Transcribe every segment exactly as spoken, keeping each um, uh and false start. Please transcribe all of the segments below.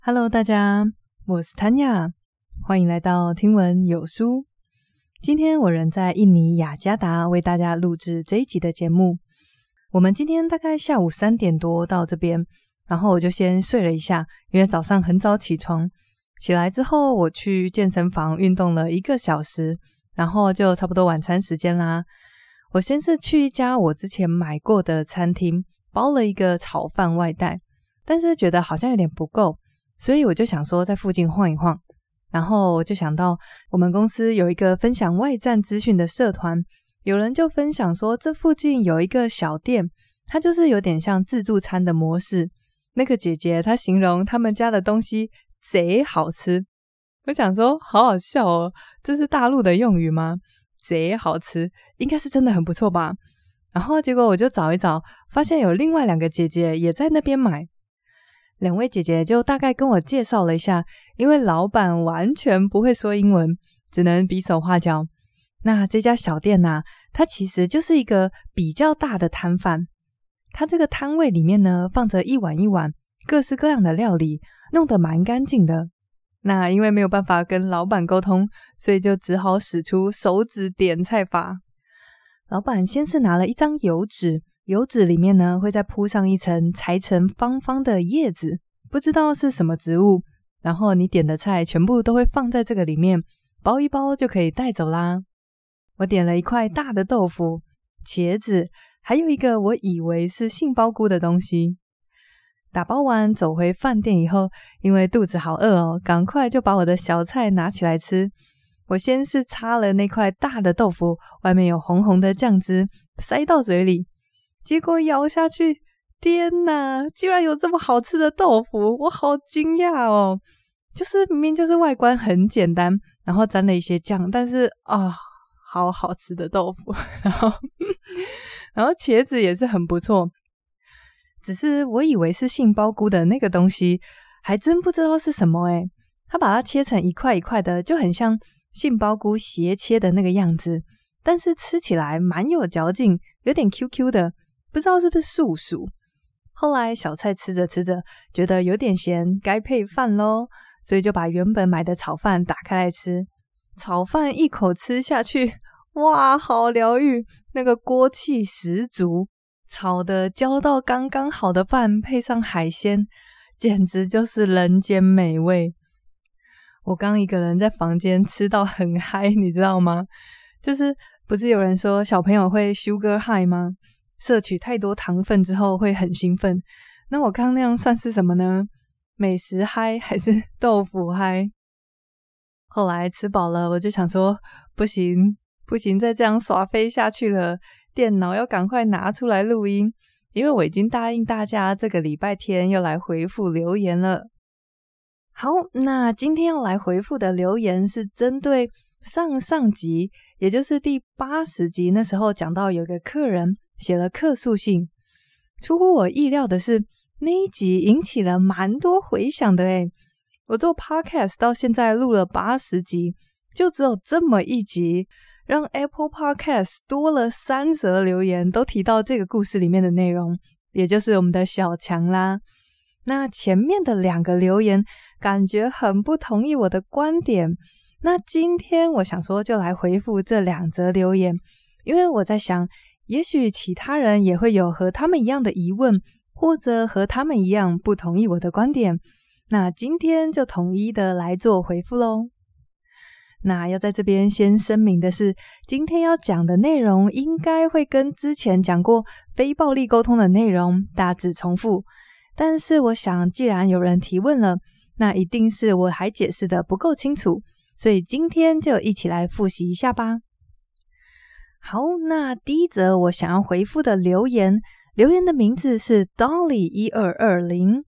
Hello， 大家，我是谭雅，欢迎来到听闻有书。今天我人在印尼雅加达为大家录制这一集的节目。我们今天大概下午三点多到这边，然后我就先睡了一下，因为早上很早起床。起来之后我去健身房运动了一个小时，然后就差不多晚餐时间啦。我先是去一家我之前买过的餐厅，包了一个炒饭外带，但是觉得好像有点不够，所以我就想说在附近晃一晃。然后我就想到我们公司有一个分享外站资讯的社团，有人就分享说这附近有一个小店，它就是有点像自助餐的模式。那个姐姐她形容他们家的东西贼好吃，我想说好好笑哦，这是大陆的用语吗？贼好吃应该是真的很不错吧。然后结果我就找一找，发现有另外两个姐姐也在那边买。两位姐姐就大概跟我介绍了一下，因为老板完全不会说英文，只能比手画脚。那这家小店啊，它其实就是一个比较大的摊贩，它这个摊位里面呢放着一碗一碗各式各样的料理，弄得蛮干净的。那因为没有办法跟老板沟通，所以就只好使出手指点菜法。老板先是拿了一张油纸，油纸里面呢会再铺上一层裁成方方的叶子，不知道是什么植物，然后你点的菜全部都会放在这个里面，包一包就可以带走啦。我点了一块大的豆腐、茄子，还有一个我以为是杏鲍菇的东西。打包完走回饭店以后，因为肚子好饿哦，赶快就把我的小菜拿起来吃。我先是擦了那块大的豆腐，外面有红红的酱汁，塞到嘴里，结果咬下去，天哪，居然有这么好吃的豆腐，我好惊讶哦。就是明明就是外观很简单，然后沾了一些酱，但是啊，好好吃的豆腐。然后然后茄子也是很不错，只是我以为是杏鲍菇的那个东西，还真不知道是什么诶。它把它切成一块一块的，就很像杏鲍菇斜切的那个样子，但是吃起来蛮有嚼劲，有点 Q Q 的，不知道是不是素薯。后来小菜吃着吃着觉得有点咸，该配饭咯，所以就把原本买的炒饭打开来吃。炒饭一口吃下去，哇，好疗愈，那个锅气十足，炒的焦到刚刚好的饭配上海鲜，简直就是人间美味。我刚一个人在房间吃到很嗨，你知道吗？就是不是有人说小朋友会 sugar high 吗？摄取太多糖分之后会很兴奋，那我刚那样算是什么呢？美食嗨还是豆腐嗨？后来吃饱了，我就想说不行不行，再这样耍飞下去了，电脑要赶快拿出来录音，因为我已经答应大家这个礼拜天要来回复留言了。好，那今天要来回复的留言是针对上上集，也就是第八十集，那时候讲到有个客人写了客诉信。出乎我意料的是，那一集引起了蛮多回响的诶。我做 podcast 到现在录了八十集，就只有这么一集让 Apple Podcast 多了三则留言，都提到这个故事里面的内容，也就是我们的小强啦。那前面的两个留言感觉很不同意我的观点，那今天我想说就来回复这两则留言，因为我在想也许其他人也会有和他们一样的疑问，或者和他们一样不同意我的观点，那今天就统一的来做回复咯。那要在这边先声明的是，今天要讲的内容应该会跟之前讲过非暴力沟通的内容大致重复，但是我想既然有人提问了，那一定是我还解释的不够清楚，所以今天就一起来复习一下吧。好，那第一则我想要回复的留言，留言的名字是 Dolly 一二二零，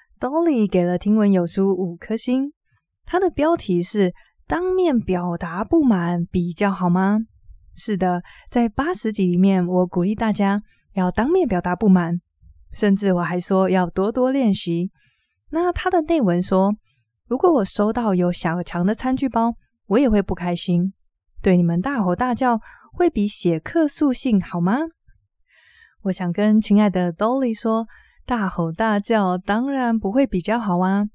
Dolly 给了听闻有书五颗星，他的标题是当面表达不满比较好吗？是的，在八十集里面我鼓励大家要当面表达不满，甚至我还说要多多练习。那他的内文说，如果我收到有小强的餐具包，我也会不开心，对你们大吼大叫会比写客诉信好吗？我想跟亲爱的 Dolly 说，大吼大叫当然不会比较好啊，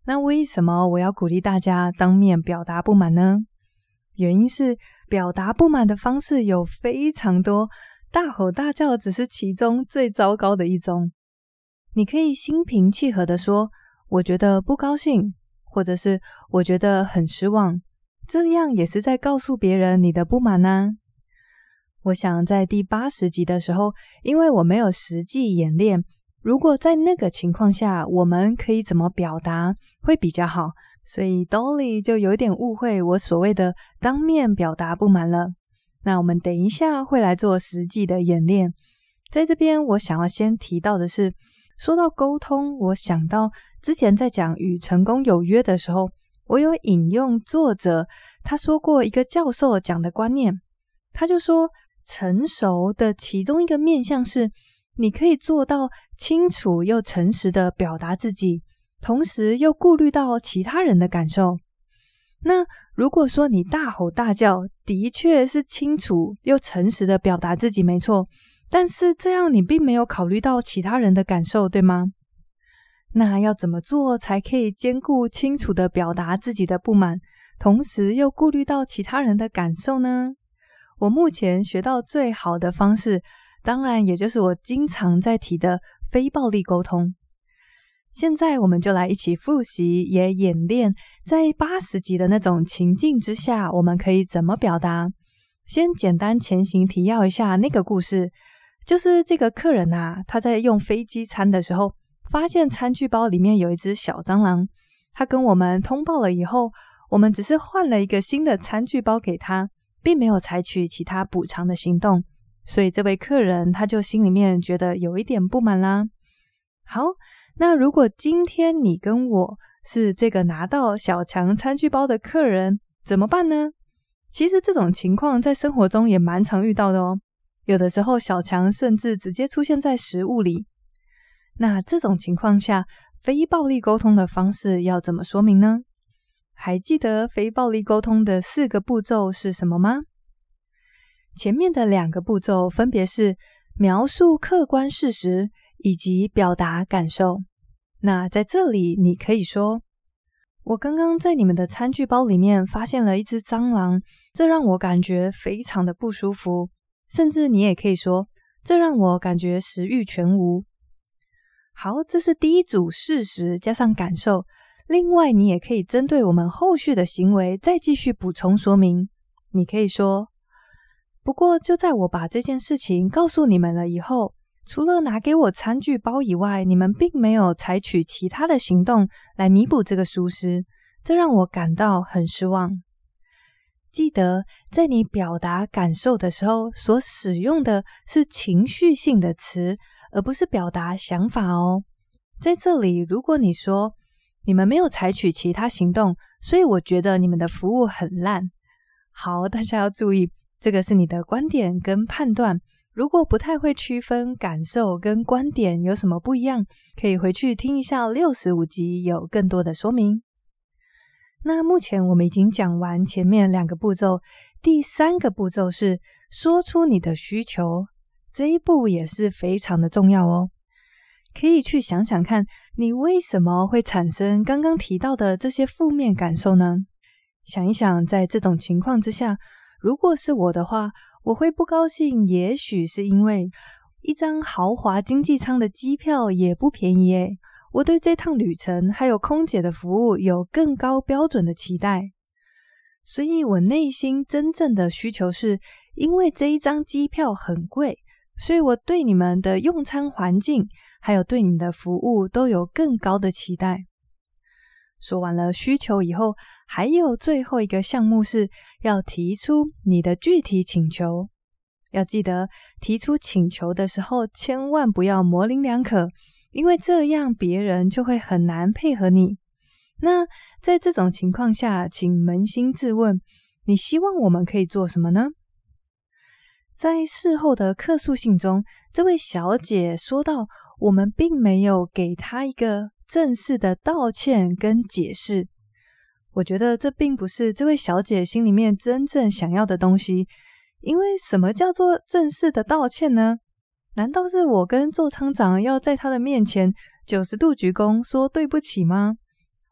那为什么我要鼓励大家当面表达不满呢？原因是表达不满的方式有非常多，大吼大叫只是其中最糟糕的一种。你可以心平气和地说，我觉得不高兴，或者是我觉得很失望，这样也是在告诉别人你的不满啊。我想在第八十集的时候，因为我没有实际演练，如果在那个情况下我们可以怎么表达会比较好，所以 Dolly 就有点误会我所谓的当面表达不满了。那我们等一下会来做实际的演练。在这边我想要先提到的是，说到沟通，我想到之前在讲与成功有约的时候，我有引用作者他说过一个教授讲的观念，他就说成熟的其中一个面向是你可以做到清楚又诚实的表达自己，同时又顾虑到其他人的感受。那如果说你大吼大叫，的确是清楚又诚实的表达自己没错，但是这样你并没有考虑到其他人的感受，对吗？那要怎么做才可以兼顾清楚的表达自己的不满，同时又顾虑到其他人的感受呢？我目前学到最好的方式，当然也就是我经常在提的非暴力沟通。现在我们就来一起复习，也演练在八十集的那种情境之下，我们可以怎么表达。先简单前情提要一下那个故事，就是这个客人啊，他在用飞机餐的时候，发现餐具包里面有一只小蟑螂。他跟我们通报了以后，我们只是换了一个新的餐具包给他，并没有采取其他补偿的行动，所以这位客人他就心里面觉得有一点不满啦。好，那如果今天你跟我是这个拿到小强餐具包的客人，怎么办呢？其实这种情况在生活中也蛮常遇到的哦，有的时候小强甚至直接出现在食物里。那这种情况下，非暴力沟通的方式要怎么说明呢？还记得非暴力沟通的四个步骤是什么吗？前面的两个步骤分别是描述客观事实以及表达感受。那在这里你可以说，我刚刚在你们的餐具包里面发现了一只蟑螂，这让我感觉非常的不舒服。甚至你也可以说，这让我感觉食欲全无。好，这是第一组事实加上感受。另外你也可以针对我们后续的行为再继续补充说明。你可以说，不过就在我把这件事情告诉你们了以后，除了拿给我餐具包以外，你们并没有采取其他的行动来弥补这个疏失，这让我感到很失望。记得在你表达感受的时候，所使用的是情绪性的词，而不是表达想法哦。在这里，如果你说你们没有采取其他行动，所以我觉得你们的服务很烂。好，大家要注意，这个是你的观点跟判断。如果不太会区分感受跟观点有什么不一样，可以回去听一下六十五集，有更多的说明。那目前我们已经讲完前面两个步骤，第三个步骤是说出你的需求，这一步也是非常的重要哦。可以去想想看，你为什么会产生刚刚提到的这些负面感受呢？想一想，在这种情况之下，如果是我的话，我会不高兴，也许是因为一张豪华经济舱的机票也不便宜耶，我对这趟旅程还有空姐的服务有更高标准的期待。所以我内心真正的需求是，因为这一张机票很贵，所以我对你们的用餐环境还有对你们的服务都有更高的期待。说完了需求以后，还有最后一个项目是要提出你的具体请求。要记得提出请求的时候千万不要模棱两可，因为这样别人就会很难配合你。那在这种情况下，请扪心自问，你希望我们可以做什么呢？在事后的客诉信中，这位小姐说到，我们并没有给她一个正式的道歉跟解释。我觉得这并不是这位小姐心里面真正想要的东西，因为什么叫做正式的道歉呢？难道是我跟座舱长要在他的面前九十度鞠躬说对不起吗？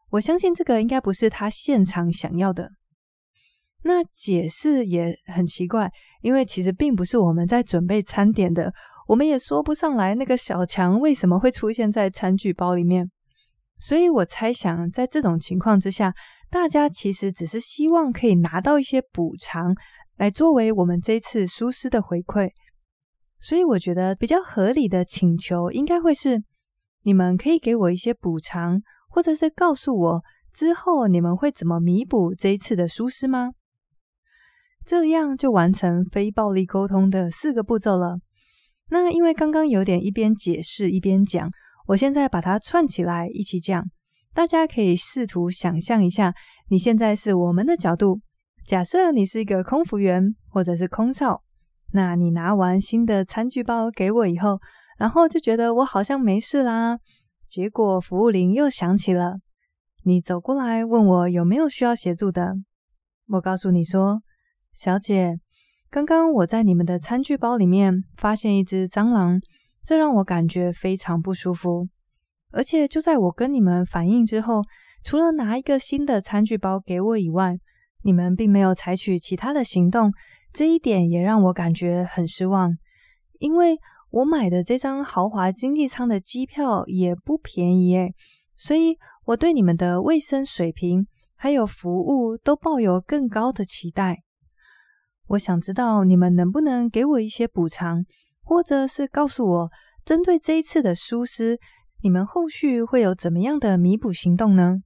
我相信这个应该不是他现场想要的。那解释也很奇怪，因为其实并不是我们在准备餐点的，我们也说不上来那个小强为什么会出现在餐具包里面。所以我猜想在这种情况之下，大家其实只是希望可以拿到一些补偿来作为我们这次疏失的回馈。所以我觉得比较合理的请求应该会是，你们可以给我一些补偿，或者是告诉我之后你们会怎么弥补这一次的疏失吗？这样就完成非暴力沟通的四个步骤了。那因为刚刚有点一边解释一边讲，我现在把它串起来一起讲，大家可以试图想象一下，你现在是我们的角度，假设你是一个空服员或者是空少，那你拿完新的餐具包给我以后，然后就觉得我好像没事啦，结果服务铃又响起了，你走过来问我有没有需要协助的。我告诉你说，小姐，刚刚我在你们的餐具包里面发现一只蟑螂，这让我感觉非常不舒服。而且就在我跟你们反映之后，除了拿一个新的餐具包给我以外，你们并没有采取其他的行动，这一点也让我感觉很失望。因为我买的这张豪华经济舱的机票也不便宜耶，所以我对你们的卫生水平还有服务都抱有更高的期待。我想知道你们能不能给我一些补偿，或者是告诉我针对这一次的疏失，你们后续会有怎么样的弥补行动呢？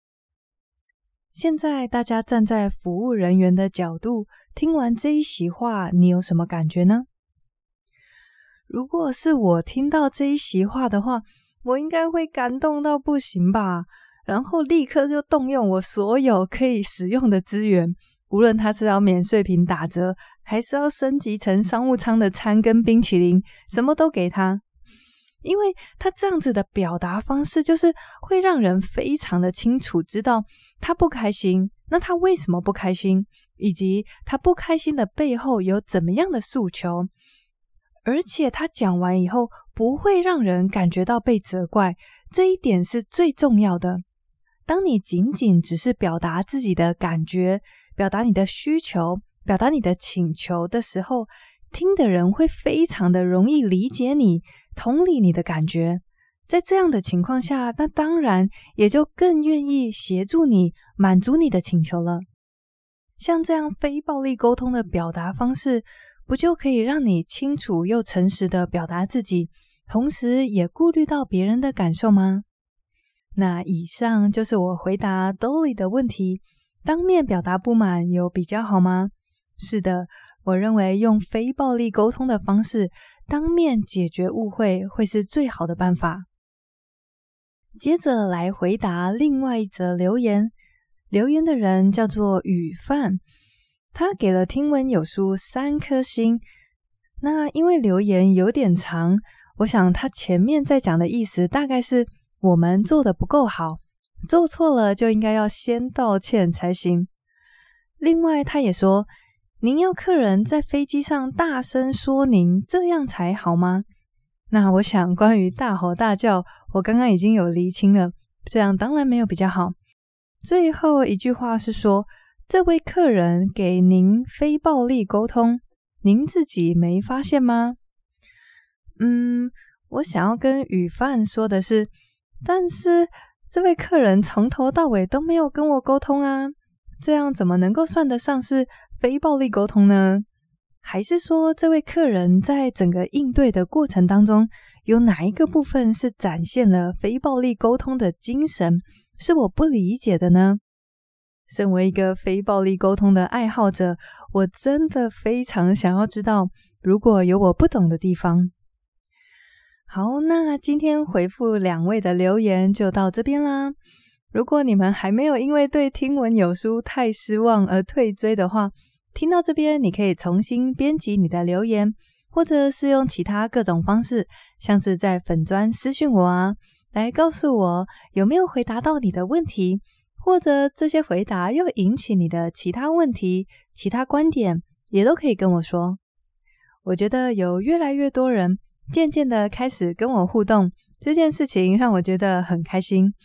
现在大家站在服务人员的角度，听完这一席话，你有什么感觉呢？如果是我听到这一席话的话，我应该会感动到不行吧，然后立刻就动用我所有可以使用的资源，无论它是要免税品打折，还是要升级成商务舱的餐跟冰淇淋，什么都给他。因为他这样子的表达方式，就是会让人非常的清楚知道他不开心，那他为什么不开心，以及他不开心的背后有怎么样的诉求。而且他讲完以后不会让人感觉到被责怪，这一点是最重要的。当你仅仅只是表达自己的感觉，表达你的需求，表达你的请求的时候，听的人会非常的容易理解你，同理你的感觉。在这样的情况下，那当然也就更愿意协助你，满足你的请求了。像这样非暴力沟通的表达方式，不就可以让你清楚又诚实的表达自己，同时也顾虑到别人的感受吗？那以上就是我回答 Dolly 的问题，当面表达不满有比较好吗？是的，我认为用非暴力沟通的方式，当面解决误会会是最好的办法。接着来回答另外一则留言，留言的人叫做雨范，他给了听闻有书三颗星。那因为留言有点长，我想他前面在讲的意思大概是我们做得不够好，做错了就应该要先道歉才行。另外他也说，您要客人在飞机上大声说您，这样才好吗？那我想关于大吼大叫，我刚刚已经有厘清了，这样当然没有比较好。最后一句话是说，这位客人给您非暴力沟通，您自己没发现吗？嗯，我想要跟雨范说的是，但是这位客人从头到尾都没有跟我沟通啊，这样怎么能够算得上是非暴力沟通呢？还是说这位客人在整个应对的过程当中，有哪一个部分是展现了非暴力沟通的精神，是我不理解的呢？身为一个非暴力沟通的爱好者，我真的非常想要知道，如果有我不懂的地方。好，那今天回复两位的留言就到这边啦。如果你们还没有因为对听闻有书太失望而退追的话，听到这边你可以重新编辑你的留言，或者是用其他各种方式，像是在粉专私讯我啊，来告诉我有没有回答到你的问题，或者这些回答又引起你的其他问题、其他观点，也都可以跟我说。我觉得有越来越多人渐渐的开始跟我互动，这件事情让我觉得很开心。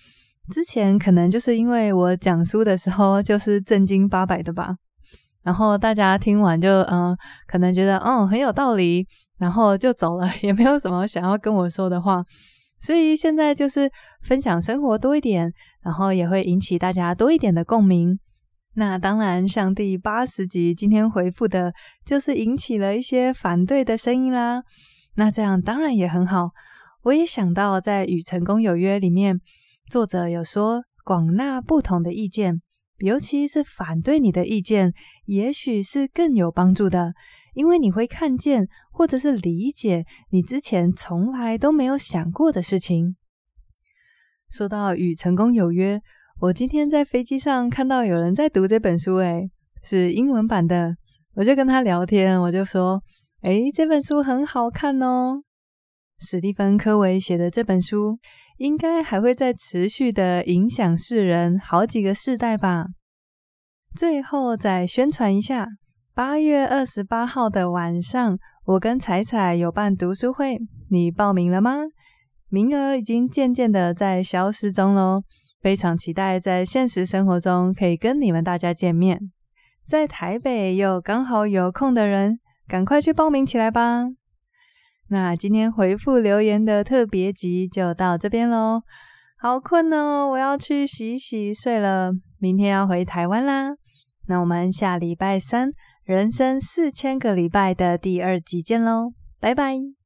之前可能就是因为我讲书的时候就是正经八百的吧，然后大家听完就嗯，可能觉得嗯很有道理，然后就走了，也没有什么想要跟我说的话。所以现在就是分享生活多一点，然后也会引起大家多一点的共鸣。那当然像第八十集今天回复的就是引起了一些反对的声音啦，那这样当然也很好。我也想到在与成功有约里面，作者有说广纳不同的意见，尤其是反对你的意见也许是更有帮助的，因为你会看见或者是理解你之前从来都没有想过的事情。说到与成功有约，我今天在飞机上看到有人在读这本书，诶，是英文版的，我就跟他聊天，我就说诶，这本书很好看哦。史蒂芬·科维写的这本书应该还会再持续的影响世人好几个世代吧。最后再宣传一下，八月二十八号的晚上，我跟彩彩有办读书会，你报名了吗？名额已经渐渐的在消失中咯，非常期待在现实生活中可以跟你们大家见面。在台北又刚好有空的人，赶快去报名起来吧。那今天回复留言的特别集就到这边咯，好困哦，我要去洗洗睡了，明天要回台湾啦。那我们下礼拜三人生四千个礼拜的第二集见咯，拜拜。